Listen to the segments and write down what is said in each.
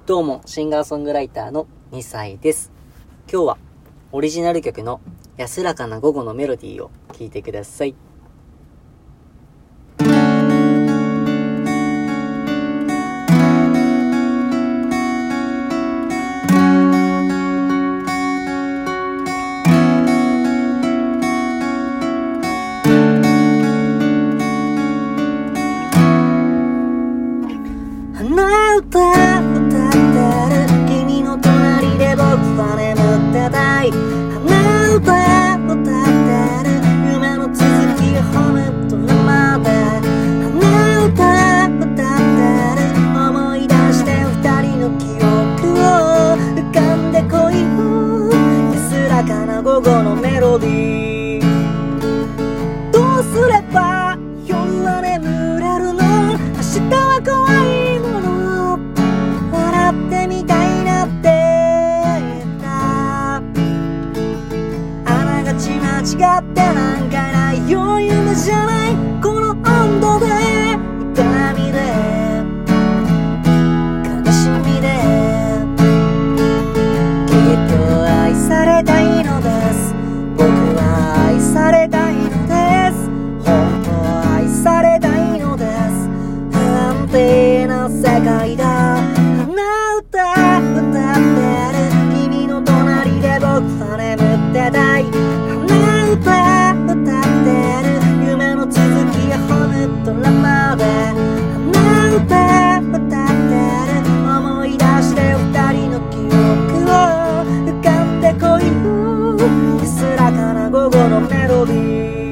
どうも、シンガーソングライターの2歳です。今日はオリジナル曲の安らかな午後のメロディーを聴いてください。 鼻歌歌ってる君の隣で僕は眠ってたい。鼻歌歌ってる夢の続きが褒めとるまで。鼻歌歌ってる思い出して二人の記憶を浮かんでこいよ安らかな午後のメロディー。どうすれば夜は眠れるの。明日は怖いってみたいなって言った。あながち間違ってなんかないよ。夢じゃないこの温度で痛みで悲しみできっと愛されたいのです。僕は愛されたいのです。本当愛されたいのです。不安定な世界だ。歌ってる君の隣で僕は眠ってたい。鼻歌歌ってる夢の続きがほぬドラマで。鼻歌歌ってる思い出して二人の記憶を浮かんでこいよ安らかな午後のメロディー。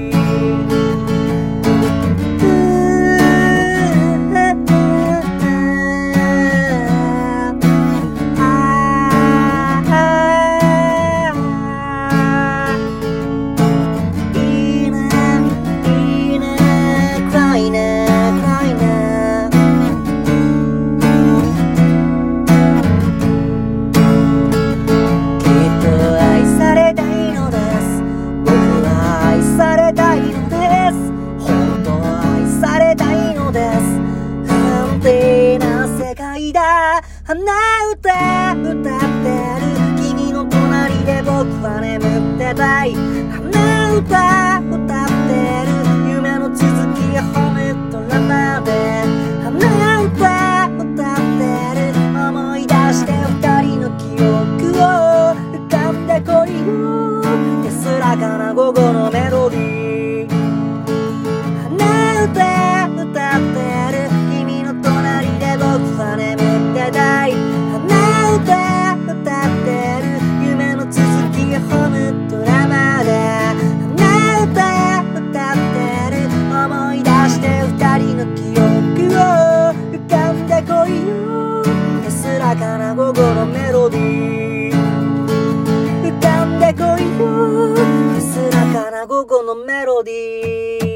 鼻歌歌ってる君の隣で僕は眠ってたい。鼻歌歌ってる夢の続きが褒めドラマで。鼻歌歌ってる思い出して二人の記憶を浮かんでこいよ安らかな午後のメロディー。鼻歌歌ってる君の隣で僕は眠ってたい。鼻歌歌ってる夢の続きが褒むドラマで。鼻歌歌ってる思い出して二人の記憶を浮かんでこいよ安らかな午後のメロディー。浮かんでこいよ安らかな午後のメロディー。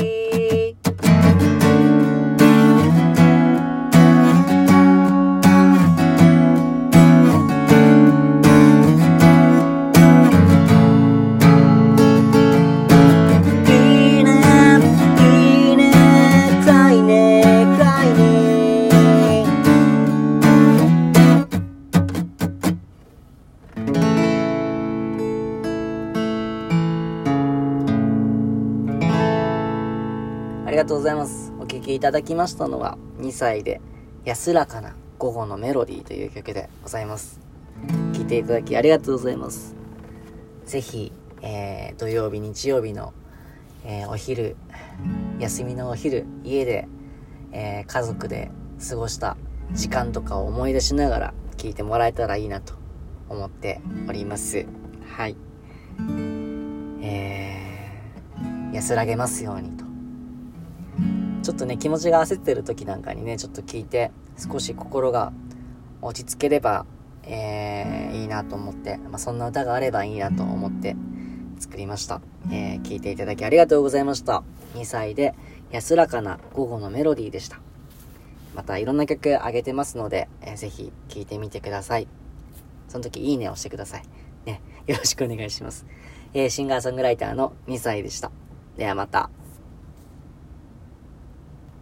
ありがとうございます。お聴きいただきましたのは2歳で安らかな午後のメロディーという曲でございます。聴いていただきありがとうございます。ぜひ、土曜日日曜日の、お昼休みのお昼家で、家族で過ごした時間とかを思い出しながら聴いてもらえたらいいなと思っております。はい、安らげますようにと。ちょっとね気持ちが焦ってる時なんかにねちょっと聞いて少し心が落ち着ければ、いいなと思って、そんな歌があればいいなと思って作りました。聞いていただきありがとうございました。2歳で安らかな午後のメロディーでした。またいろんな曲あげてますので、ぜひ聴いてみてください。その時いいねを押してくださいね。よろしくお願いします。シンガーソングライターの2歳でした。ではまた。